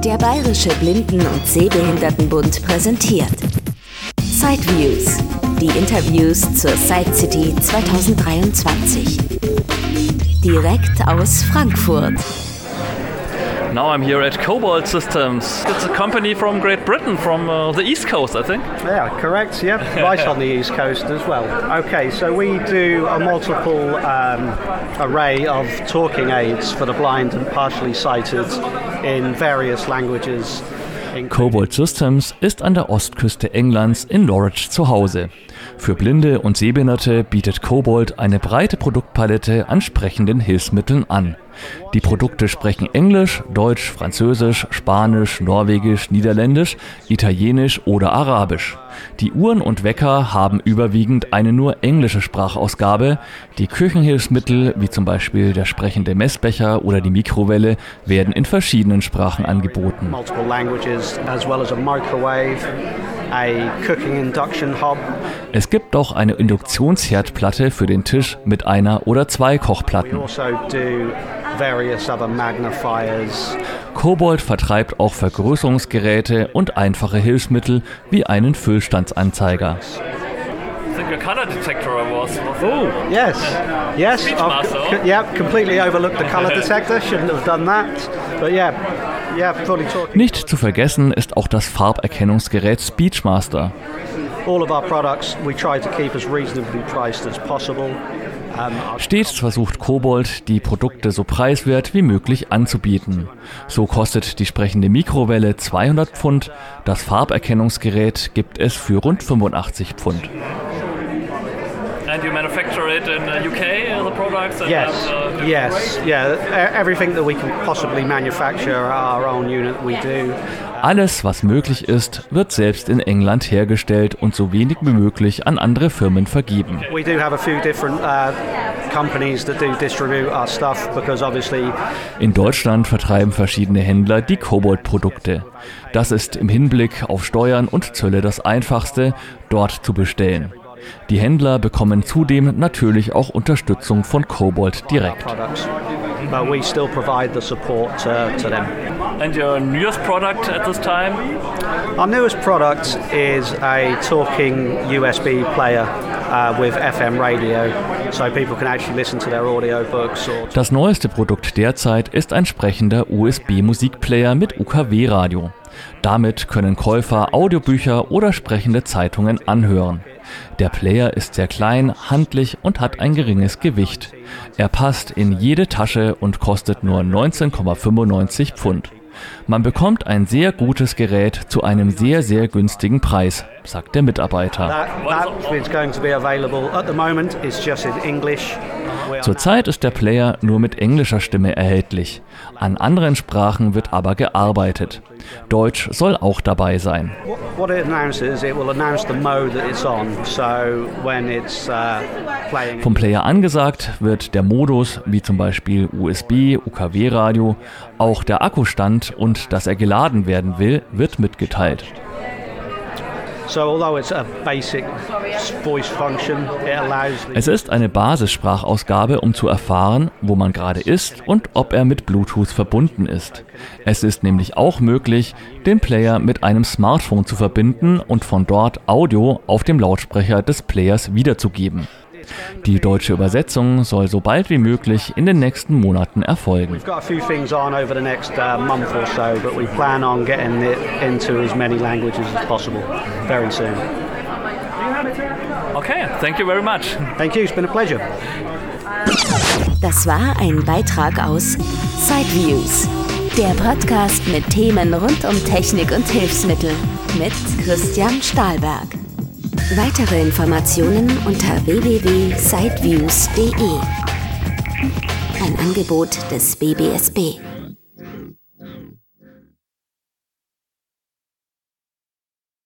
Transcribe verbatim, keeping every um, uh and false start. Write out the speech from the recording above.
Der Bayerische Blinden- und Sehbehindertenbund präsentiert Sideviews, die Interviews zur Side City zwanzig dreiundzwanzig. Direkt aus Frankfurt. Now I'm here at Cobalt Systems. It's a company from Great Britain, from uh, the East Coast, I think. Yeah, correct. Yep, right on the East Coast as well. Okay, so we do a multiple um, array of talking aids for the blind and partially sighted in various languages. Cobalt Systems ist an der Ostküste Englands in Norwich zu Hause. Für Blinde und Sehbehinderte bietet Cobalt eine breite Produktpalette an sprechenden Hilfsmitteln an. Die Produkte sprechen Englisch, Deutsch, Französisch, Spanisch, Norwegisch, Niederländisch, Italienisch oder Arabisch. Die Uhren und Wecker haben überwiegend eine nur englische Sprachausgabe. Die Küchenhilfsmittel, wie zum Beispiel der sprechende Messbecher oder die Mikrowelle, werden in verschiedenen Sprachen angeboten. Multiple languages, as well as a microwave, a cooking induction hob. Es gibt auch eine Induktionsherdplatte für den Tisch mit einer oder zwei Kochplatten. We also do various other magnifiers. Cobalt vertreibt auch Vergrößerungsgeräte und einfache Hilfsmittel wie einen Füllstandsanzeiger. I think a color detector was. Oh, yes, yes. Speechmaster. I've, yeah, completely overlooked the color detector. Shouldn't have done that, but yeah, yeah, fully talking. Nicht zu vergessen ist auch das Farberkennungsgerät Speechmaster. All of our products we try to keep as reasonably priced as possible. Stets versucht Cobalt, die Produkte so preiswert wie möglich anzubieten. So kostet die sprechende Mikrowelle zweihundert Pfund, das Farberkennungsgerät gibt es für rund fünfundachtzig Pfund. And you manufacture it in the U K, the products? And Yes, and, uh, yes, yeah. Everything that we can possibly manufacture our own unit, we do. Alles, was möglich ist, wird selbst in England hergestellt und so wenig wie möglich an andere Firmen vergeben. We do have a few different uh, companies that do distribute our stuff because obviously. In Deutschland vertreiben verschiedene Händler die Cobalt-Produkte. Das ist im Hinblick auf Steuern und Zölle das Einfachste, dort zu bestellen. Die Händler bekommen zudem natürlich auch Unterstützung von Cobalt direkt. But we still provide the support uh, to them. And your newest product at this time? Our newest product is a talking U S B player uh, with F M radio, so people can actually listen to their audiobooks. Or das neueste Produkt derzeit ist ein sprechender U S B-Musikplayer mit U K W-Radio. Damit können Käufer Audiobücher oder sprechende Zeitungen anhören. Der Player ist sehr klein, handlich und hat ein geringes Gewicht. Er passt in jede Tasche und kostet nur neunzehn Komma fünfundneunzig Pfund. Man bekommt ein sehr gutes Gerät zu einem sehr, sehr günstigen Preis, sagt der Mitarbeiter. that, that is going to be available at the moment. It's just in English. Zurzeit ist der Player nur mit englischer Stimme erhältlich. An anderen Sprachen wird aber gearbeitet. Deutsch soll auch dabei sein. What it announces, it will announce the mode that it's on. So when it's uh, playing. Vom Player angesagt wird der Modus, wie zum Beispiel U S B, U K W-Radio, auch der Akkustand und dass er geladen werden will, wird mitgeteilt. So although it's a basic voice function, it allows the Es ist eine Basissprachausgabe, um zu erfahren, wo man gerade ist und ob er mit Bluetooth verbunden ist. Es ist nämlich auch möglich, den Player mit einem Smartphone zu verbinden und von dort Audio auf dem Lautsprecher des Players wiederzugeben. Die deutsche Übersetzung soll so bald wie möglich in den nächsten Monaten erfolgen. We've got a few things on over the next uh, month or so, but we plan on getting it into as many languages as possible very soon. Okay, thank you very much. Thank you, it's been a pleasure. Das war ein Beitrag aus Sideviews, der Podcast mit Themen rund um Technik und Hilfsmittel mit Christian Stahlberg. Weitere Informationen unter w w w punkt sideviews punkt d e. Ein Angebot des B B S B.